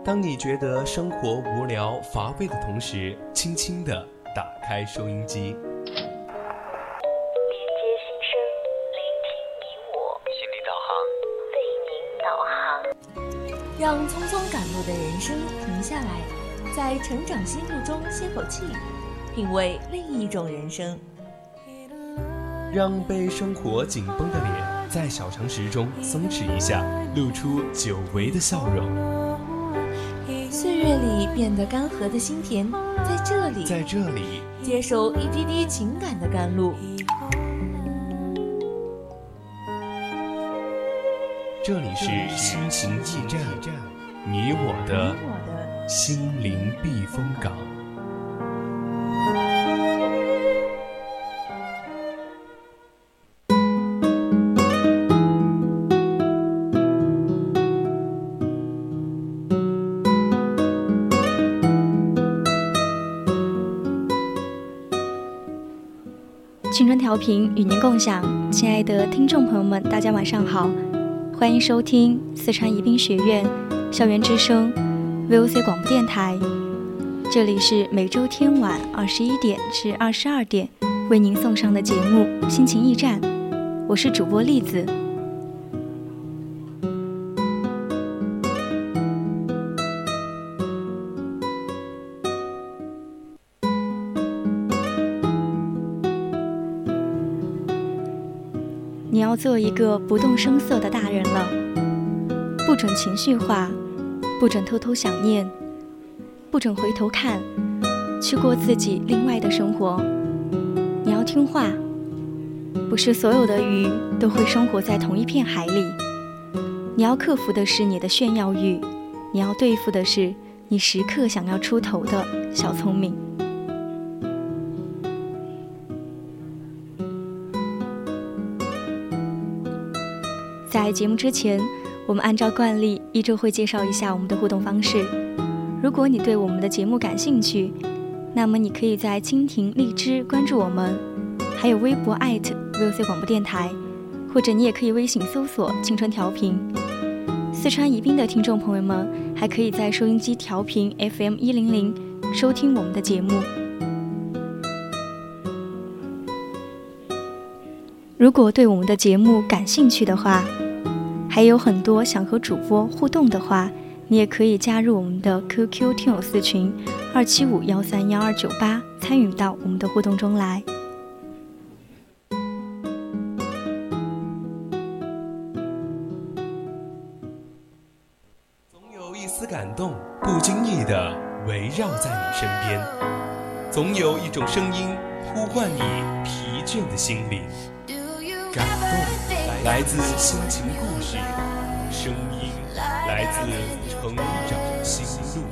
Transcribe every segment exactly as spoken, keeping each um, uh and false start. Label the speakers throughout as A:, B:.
A: 当你觉得生活无聊乏味的同时，轻轻地打开收音机，
B: 连接心声，聆听你我，
C: 心理导航，
B: 为您导航，
D: 让匆匆赶路的人生停下来，在成长心路中歇口气，品味另一种人生。
A: 让被生活紧绷的脸在小常识中松弛一下，露出久违的笑容。
D: 岁月里变得干涸的心田，在这里，
A: 在这里
D: 接受一滴滴情感的甘露。
A: 这里是心情驿站，你我的心灵避风港。
E: 青春调频与您共享，亲爱的听众朋友们，大家晚上好，欢迎收听四川宜宾学院校园之声 V O C 广播电台，这里是每周天晚二十一点至二十二点为您送上的节目《心情驿站》，我是主播栗子。你要做一个不动声色的大人了，不准情绪化，不准偷偷想念，不准回头看，去过自己另外的生活。你要听话，不是所有的鱼都会生活在同一片海里。你要克服的是你的炫耀欲，你要对付的是你时刻想要出头的小聪明。在节目之前，我们按照惯例依旧会介绍一下我们的互动方式。如果你对我们的节目感兴趣，那么你可以在蜻蜓、荔枝关注我们，还有微博艾特 V O C 广播电台，或者你也可以微信搜索青春调频。四川宜宾的听众朋友们还可以在收音机调频 F M 一零零收听我们的节目。如果对我们的节目感兴趣的话，还有很多想和主播互动的话，你也可以加入我们的 Q Q 听友四群二七五幺三幺二九八，参与到我们的互动中来。
A: 总有一丝感动，不经意地围绕在你身边；总有一种声音呼唤你疲倦的心灵。感动来自心情故事，声音来自成长心路。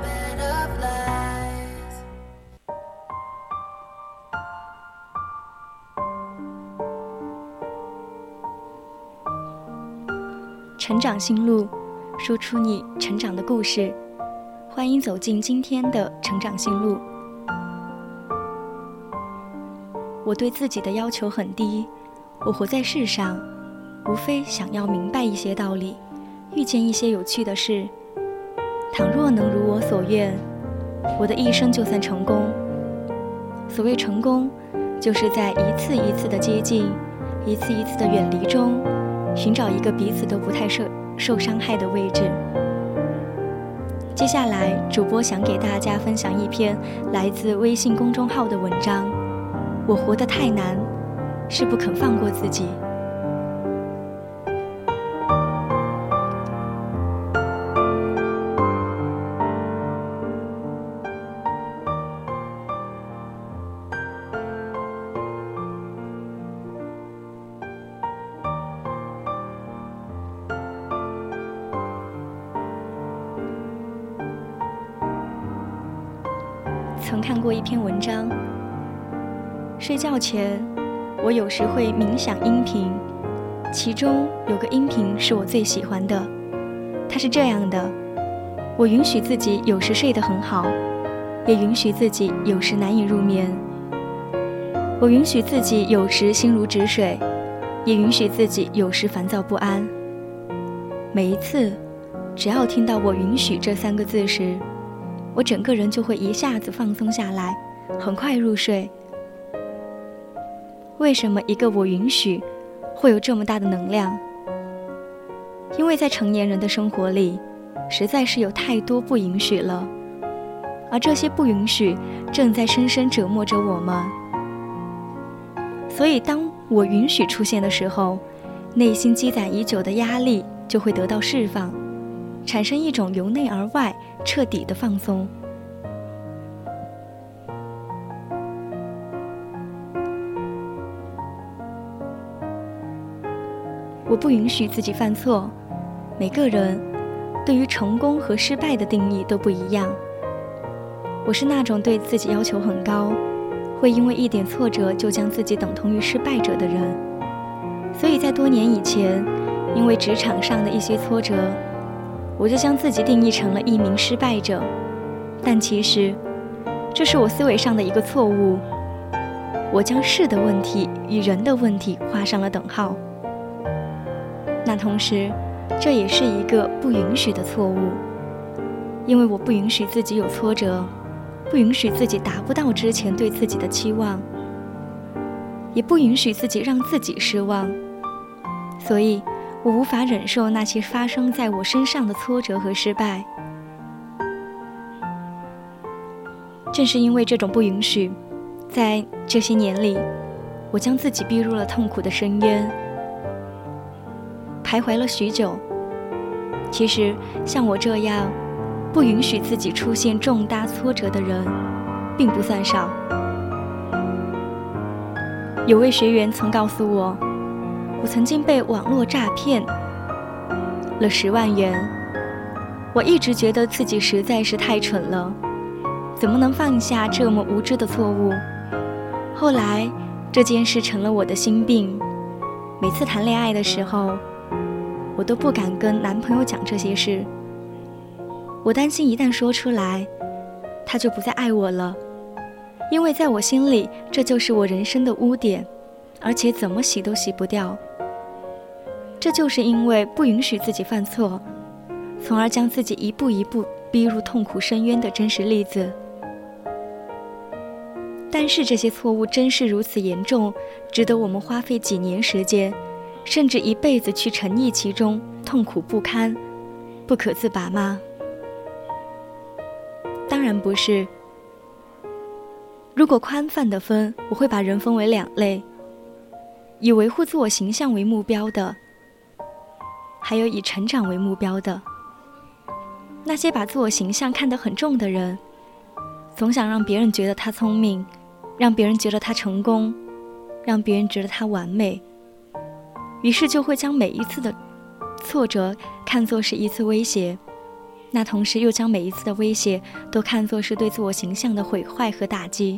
E: 成长心路，说出你成长的故事。欢迎走进今天的成长心路。我对自己的要求很低，我活在世上，无非想要明白一些道理，遇见一些有趣的事。倘若能如我所愿，我的一生就算成功。所谓成功，就是在一次一次的接近，一次一次的远离中，寻找一个彼此都不太受受伤害的位置。接下来，主播想给大家分享一篇来自微信公众号的文章：我活得太难，是不肯放过自己。曾看过一篇文章，睡觉前我有时会冥想音频，其中有个音频是我最喜欢的，它是这样的：我允许自己有时睡得很好，也允许自己有时难以入眠。我允许自己有时心如止水，也允许自己有时烦躁不安。每一次只要听到我允许这三个字时，我整个人就会一下子放松下来，很快入睡。为什么一个我允许会有这么大的能量？因为在成年人的生活里，实在是有太多不允许了，而这些不允许正在深深折磨着我们。所以当我允许出现的时候，内心积攒已久的压力就会得到释放，产生一种由内而外彻底的放松。我不允许自己犯错。每个人对于成功和失败的定义都不一样。我是那种对自己要求很高，会因为一点挫折就将自己等同于失败者的人。所以在多年以前，因为职场上的一些挫折，我就将自己定义成了一名失败者。但其实这是我思维上的一个错误，我将事的问题与人的问题画上了等号。那同时这也是一个不允许的错误，因为我不允许自己有挫折，不允许自己达不到之前对自己的期望，也不允许自己让自己失望。所以我无法忍受那些发生在我身上的挫折和失败。正是因为这种不允许，在这些年里，我将自己逼入了痛苦的深渊，徘徊了许久。其实像我这样不允许自己出现重大挫折的人并不算少。有位学员曾告诉我，我曾经被网络诈骗了十万元。我一直觉得自己实在是太蠢了，怎么能犯下这么无知的错误？后来这件事成了我的心病，每次谈恋爱的时候我都不敢跟男朋友讲这些事，我担心一旦说出来，他就不再爱我了，因为在我心里，这就是我人生的污点，而且怎么洗都洗不掉。这就是因为不允许自己犯错，从而将自己一步一步逼入痛苦深渊的真实例子。但是这些错误真是如此严重，值得我们花费几年时间甚至一辈子去沉溺其中，痛苦不堪，不可自拔吗？当然不是。如果宽泛的分，我会把人分为两类，以维护自我形象为目标的，还有以成长为目标的。那些把自我形象看得很重的人，总想让别人觉得他聪明，让别人觉得他成功，让别人觉得他完美，于是就会将每一次的挫折看作是一次威胁，那同时又将每一次的威胁都看作是对自我形象的毁坏和打击。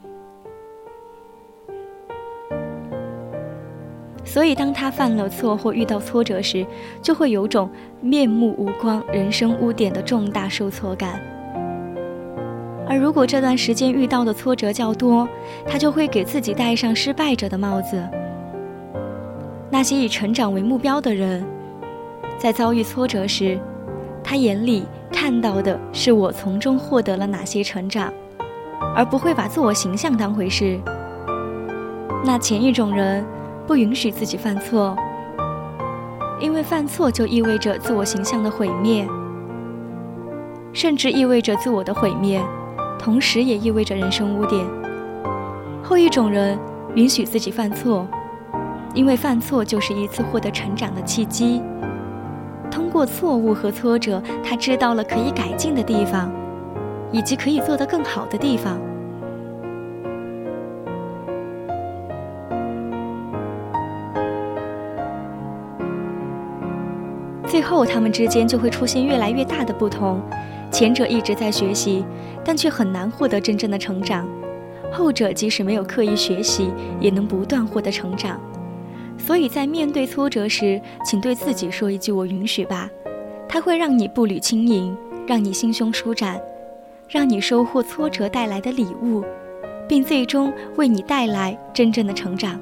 E: 所以当他犯了错或遇到挫折时，就会有种面目无光、人生污点的重大受挫感。而如果这段时间遇到的挫折较多，他就会给自己戴上失败者的帽子。那些以成长为目标的人，在遭遇挫折时，他眼里看到的是我从中获得了哪些成长，而不会把自我形象当回事。那前一种人不允许自己犯错，因为犯错就意味着自我形象的毁灭，甚至意味着自我的毁灭，同时也意味着人生污点。后一种人允许自己犯错，因为犯错就是一次获得成长的契机。通过错误和挫折，他知道了可以改进的地方，以及可以做得更好的地方。最后他们之间就会出现越来越大的不同，前者一直在学习，但却很难获得真正的成长，后者即使没有刻意学习，也能不断获得成长。所以在面对挫折时，请对自己说一句我允许吧，它会让你步履轻盈，让你心胸舒展，让你收获挫折带来的礼物，并最终为你带来真正的成长。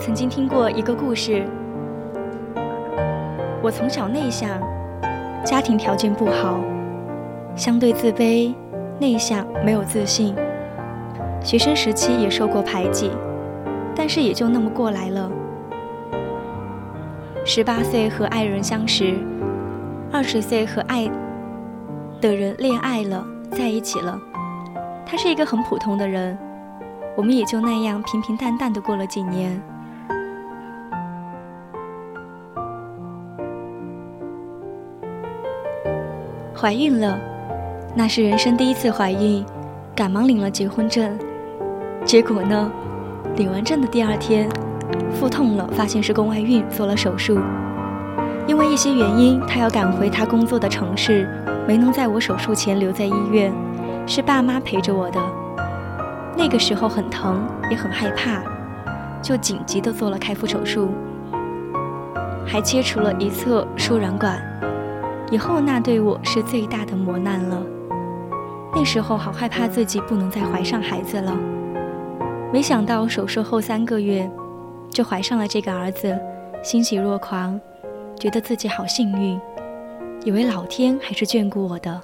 E: 曾经听过一个故事，我从小内向，家庭条件不好，相对自卑、内向，没有自信。学生时期也受过排挤，但是也就那么过来了。十八岁和爱人相识，二十岁和爱的人恋爱了，在一起了。他是一个很普通的人，我们也就那样平平淡淡的过了几年。怀孕了，那是人生第一次怀孕，赶忙领了结婚证。结果呢，领完证的第二天，腹痛了，发现是宫外孕，做了手术。因为一些原因，他要赶回他工作的城市，没能在我手术前留在医院，是爸妈陪着我的。那个时候很疼，也很害怕，就紧急的做了开腹手术，还切除了一侧输卵管。以后那对我是最大的磨难了。那时候好害怕自己不能再怀上孩子了。没想到手术后三个月就怀上了这个儿子，欣喜若狂，觉得自己好幸运，以为老天还是眷顾我的。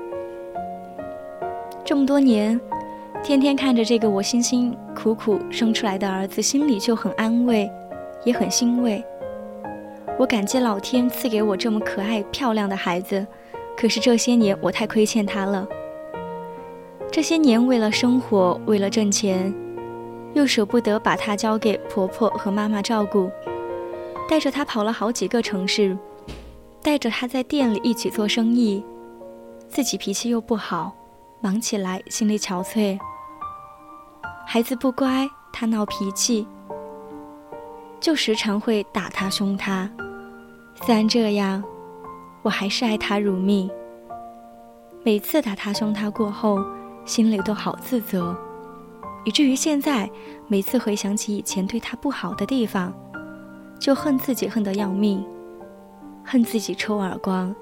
E: 这么多年，天天看着这个我辛辛苦苦生出来的儿子，心里就很安慰，也很欣慰。我感激老天赐给我这么可爱漂亮的孩子，可是这些年我太亏欠他了。这些年为了生活，为了挣钱，又舍不得把他交给婆婆和妈妈照顾，带着他跑了好几个城市，带着他在店里一起做生意，自己脾气又不好，忙起来心里憔悴。孩子不乖，他闹脾气，就时常会打他凶他。虽然这样，我还是爱他如命。每次打他凶他过后，心里都好自责，以至于现在每次回想起以前对他不好的地方，就恨自己恨得要命，恨自己抽耳光。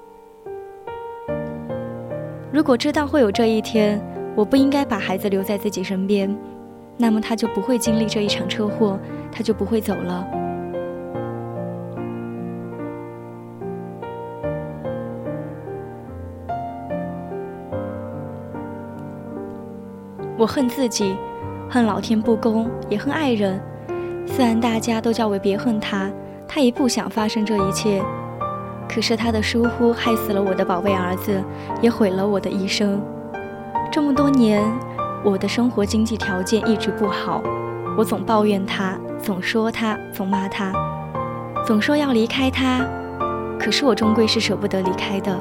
E: 如果知道会有这一天，我不应该把孩子留在自己身边，那么他就不会经历这一场车祸，他就不会走了。我恨自己，恨老天不公，也恨爱人。虽然大家都叫我别恨他，他也不想发生这一切，可是他的疏忽害死了我的宝贝儿子，也毁了我的一生。这么多年，我的生活经济条件一直不好，我总抱怨他，总说他，总骂他，总说要离开他，可是我终归是舍不得离开的。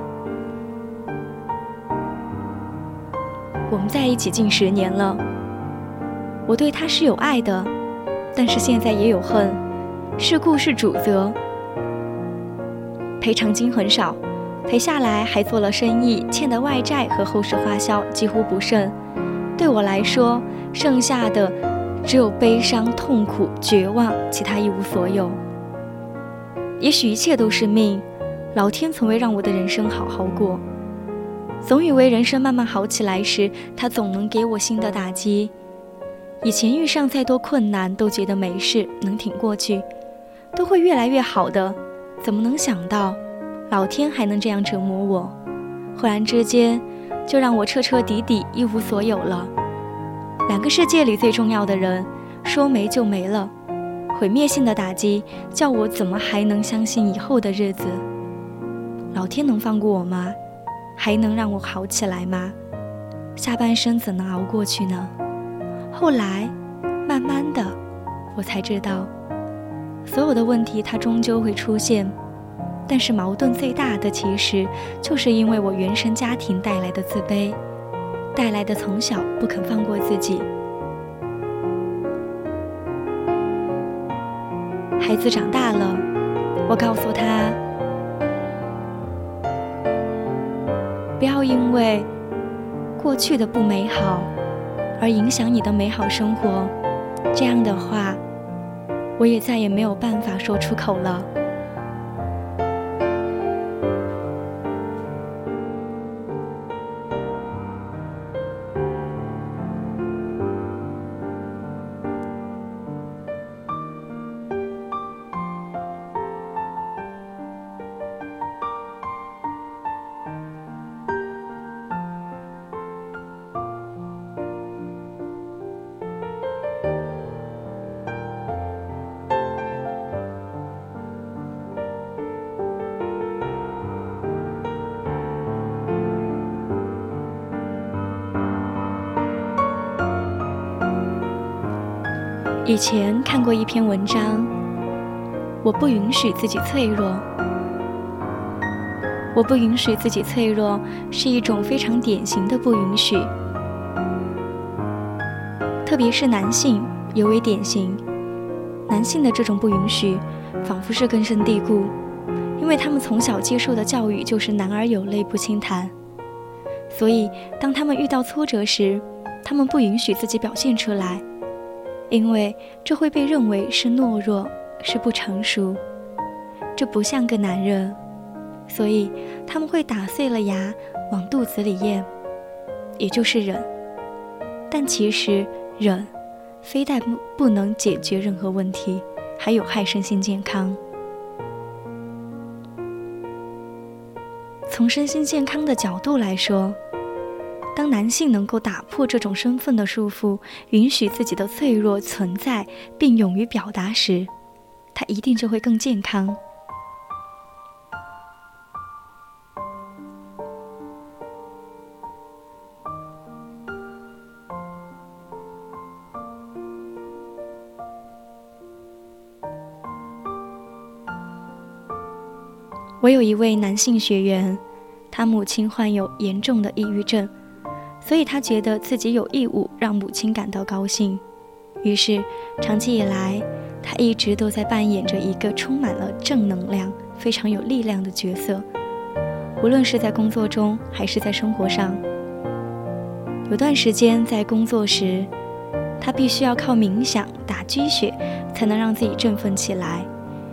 E: 我们在一起近十年了，我对他是有爱的，但是现在也有恨。事故是主责，赔偿金很少，赔下来还做了生意，欠的外债和后事花销几乎不剩。对我来说，剩下的只有悲伤、痛苦、绝望，其他一无所有。也许一切都是命，老天从未让我的人生好好过。总以为人生慢慢好起来时，他总能给我新的打击。以前遇上再多困难都觉得没事，能挺过去，都会越来越好的。怎么能想到老天还能这样折磨我？忽然之间就让我彻彻底底一无所有了。两个世界里最重要的人说没就没了，毁灭性的打击叫我怎么还能相信以后的日子？老天能放过我吗？还能让我好起来吗？下半生怎能熬过去呢？后来慢慢的我才知道，所有的问题它终究会出现，但是矛盾最大的其实就是因为我原生家庭带来的自卑，带来的从小不肯放过自己。孩子长大了，我告诉他，不要因为过去的不美好而影响你的美好生活，这样的话我也再也没有办法说出口了。 以前看过一篇文章，我不允许自己脆弱。我不允许自己脆弱，是一种非常典型的不允许，特别是男性尤为典型。男性的这种不允许，仿佛是根深蒂固，因为他们从小接受的教育就是男儿有泪不轻弹，所以当他们遇到挫折时，他们不允许自己表现出来，因为这会被认为是懦弱，是不成熟，这不像个男人，所以他们会打碎了牙往肚子里咽，也就是忍。但其实忍非但不能解决任何问题，还有害身心健康。从身心健康的角度来说，当男性能够打破这种身份的束缚，允许自己的脆弱存在并勇于表达时，他一定就会更健康。我有一位男性学员，他母亲患有严重的抑郁症，所以他觉得自己有义务让母亲感到高兴。于是长期以来，他一直都在扮演着一个充满了正能量、非常有力量的角色，无论是在工作中还是在生活上。有段时间在工作时，他必须要靠冥想、打鸡血才能让自己振奋起来。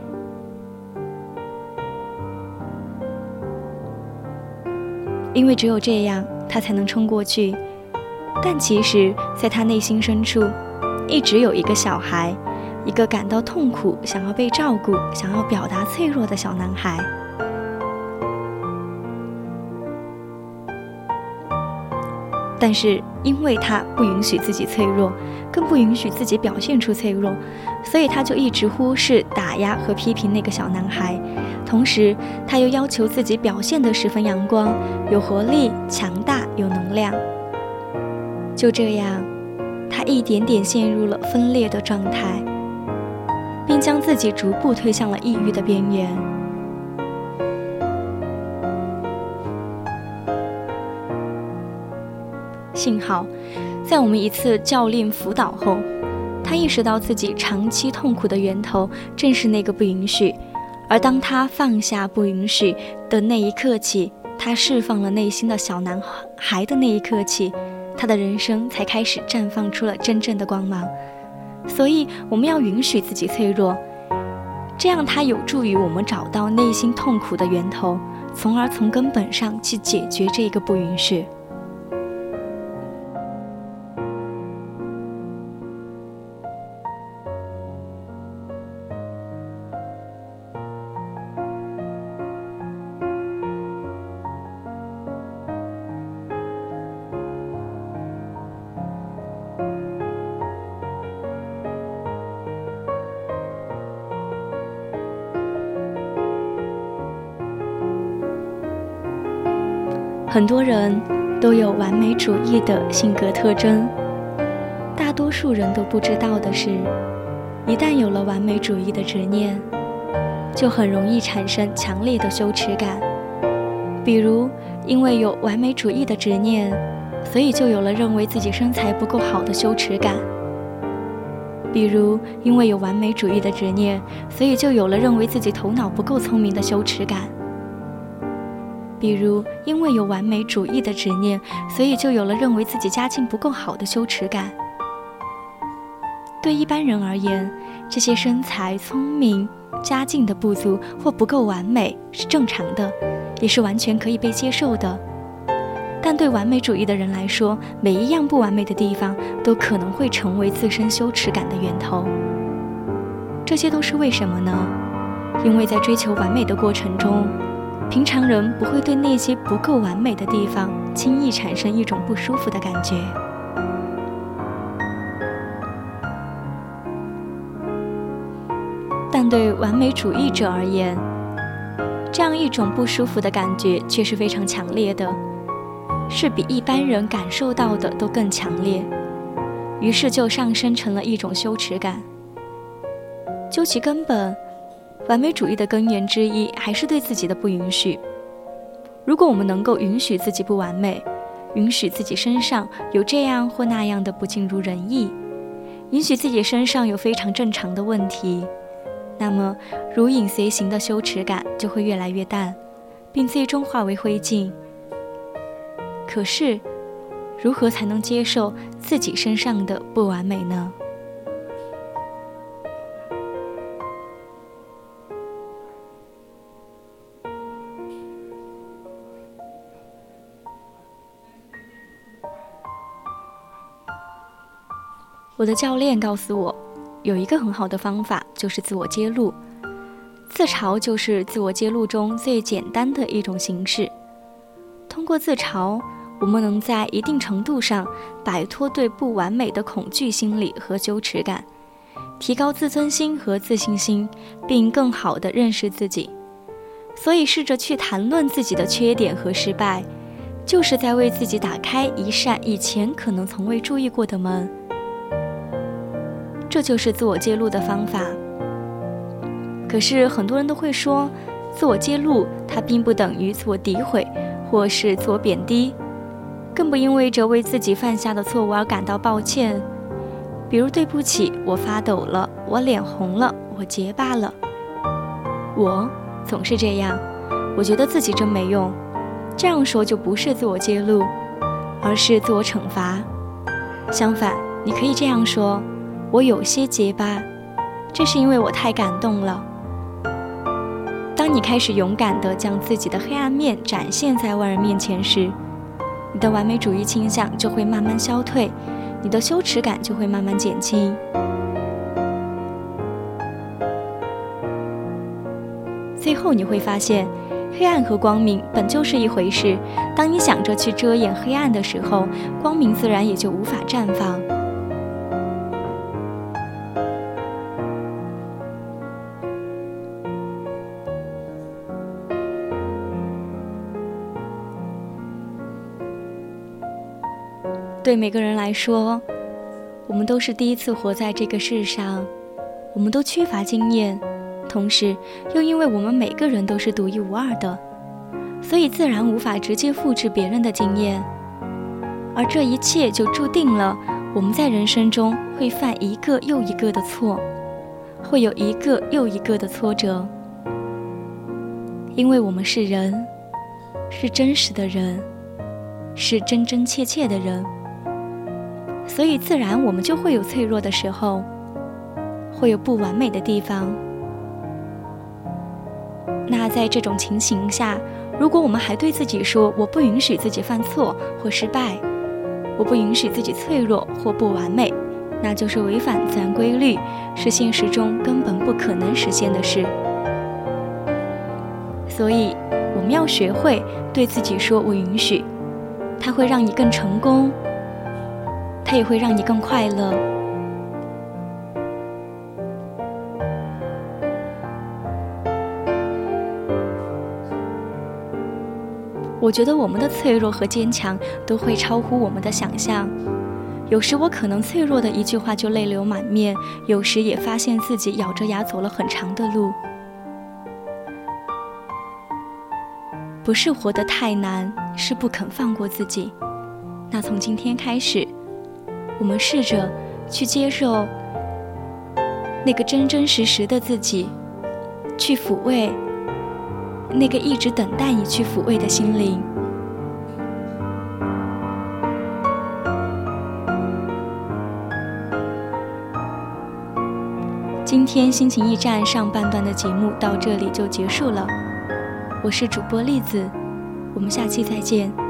E: 因为只有这样，他才能冲过去。但其实，在他内心深处，一直有一个小孩，一个感到痛苦、想要被照顾、想要表达脆弱的小男孩。但是，因为他不允许自己脆弱，更不允许自己表现出脆弱，所以他就一直忽视、打压和批评那个小男孩。同时，他又要求自己表现得十分阳光、有活力、强大、有能量。就这样，他一点点陷入了分裂的状态，并将自己逐步推向了抑郁的边缘。幸好，在我们一次教练辅导后，他意识到自己长期痛苦的源头正是那个不允许。而当他放下不允许的那一刻起，他释放了内心的小男孩的那一刻起，他的人生才开始绽放出了真正的光芒。所以我们要允许自己脆弱，这样它有助于我们找到内心痛苦的源头，从而从根本上去解决这个不允许。很多人都有完美主义的性格特征，大多数人都不知道的是，一旦有了完美主义的执念，就很容易产生强烈的羞耻感。比如，因为有完美主义的执念，所以就有了认为自己身材不够好的羞耻感。比如，因为有完美主义的执念，所以就有了认为自己头脑不够聪明的羞耻感。比如，因为有完美主义的执念，所以就有了认为自己家境不够好的羞耻感。对一般人而言，这些身材、聪明、家境的不足或不够完美是正常的，也是完全可以被接受的。但对完美主义的人来说，每一样不完美的地方都可能会成为自身羞耻感的源头。这些都是为什么呢？因为在追求完美的过程中，平常人不会对那些不够完美的地方轻易产生一种不舒服的感觉。但对完美主义者而言，这样一种不舒服的感觉却是非常强烈的，是比一般人感受到的都更强烈。 于是就上升成了一种羞耻感。究其根本，完美主义的根源之一还是对自己的不允许。如果我们能够允许自己不完美，允许自己身上有这样或那样的不尽如人意，允许自己身上有非常正常的问题，那么如影随形的羞耻感就会越来越淡，并最终化为灰烬。可是，如何才能接受自己身上的不完美呢？我的教练告诉我，有一个很好的方法，就是自我揭露。自嘲就是自我揭露中最简单的一种形式。通过自嘲，我们能在一定程度上摆脱对不完美的恐惧心理和羞耻感，提高自尊心和自信心，并更好地认识自己。所以试着去谈论自己的缺点和失败，就是在为自己打开一扇以前可能从未注意过的门。这就是自我揭露的方法。可是很多人都会说，自我揭露它并不等于自我诋毁或是自我贬低，更不意味着为自己犯下的错误而感到抱歉。比如对不起，我发抖了，我脸红了，我结巴了。我总是这样，我觉得自己真没用。这样说就不是自我揭露，而是自我惩罚。相反，你可以这样说，我有些结巴，这是因为我太感动了。当你开始勇敢地将自己的黑暗面展现在外人面前时，你的完美主义倾向就会慢慢消退，你的羞耻感就会慢慢减轻。最后你会发现，黑暗和光明本就是一回事，当你想着去遮掩黑暗的时候，光明自然也就无法绽放。对每个人来说，我们都是第一次活在这个世上，我们都缺乏经验，同时又因为我们每个人都是独一无二的，所以自然无法直接复制别人的经验，而这一切就注定了我们在人生中会犯一个又一个的错，会有一个又一个的挫折，因为我们是人，是真实的人，是真真切切的人，所以自然我们就会有脆弱的时候，会有不完美的地方。那在这种情形下，如果我们还对自己说我不允许自己犯错或失败，我不允许自己脆弱或不完美，那就是违反自然规律，是现实中根本不可能实现的事。所以我们要学会对自己说我允许，它会让你更成功，它也会让你更快乐。我觉得我们的脆弱和坚强都会超乎我们的想象。有时我可能脆弱的一句话就泪流满面，有时也发现自己咬着牙走了很长的路。不是活得太难，是不肯放过自己。那从今天开始，我们试着去接受那个真真实实的自己，去抚慰那个一直等待你去抚慰的心灵。今天心情驿站上半段的节目到这里就结束了，我是主播栗子，我们下期再见。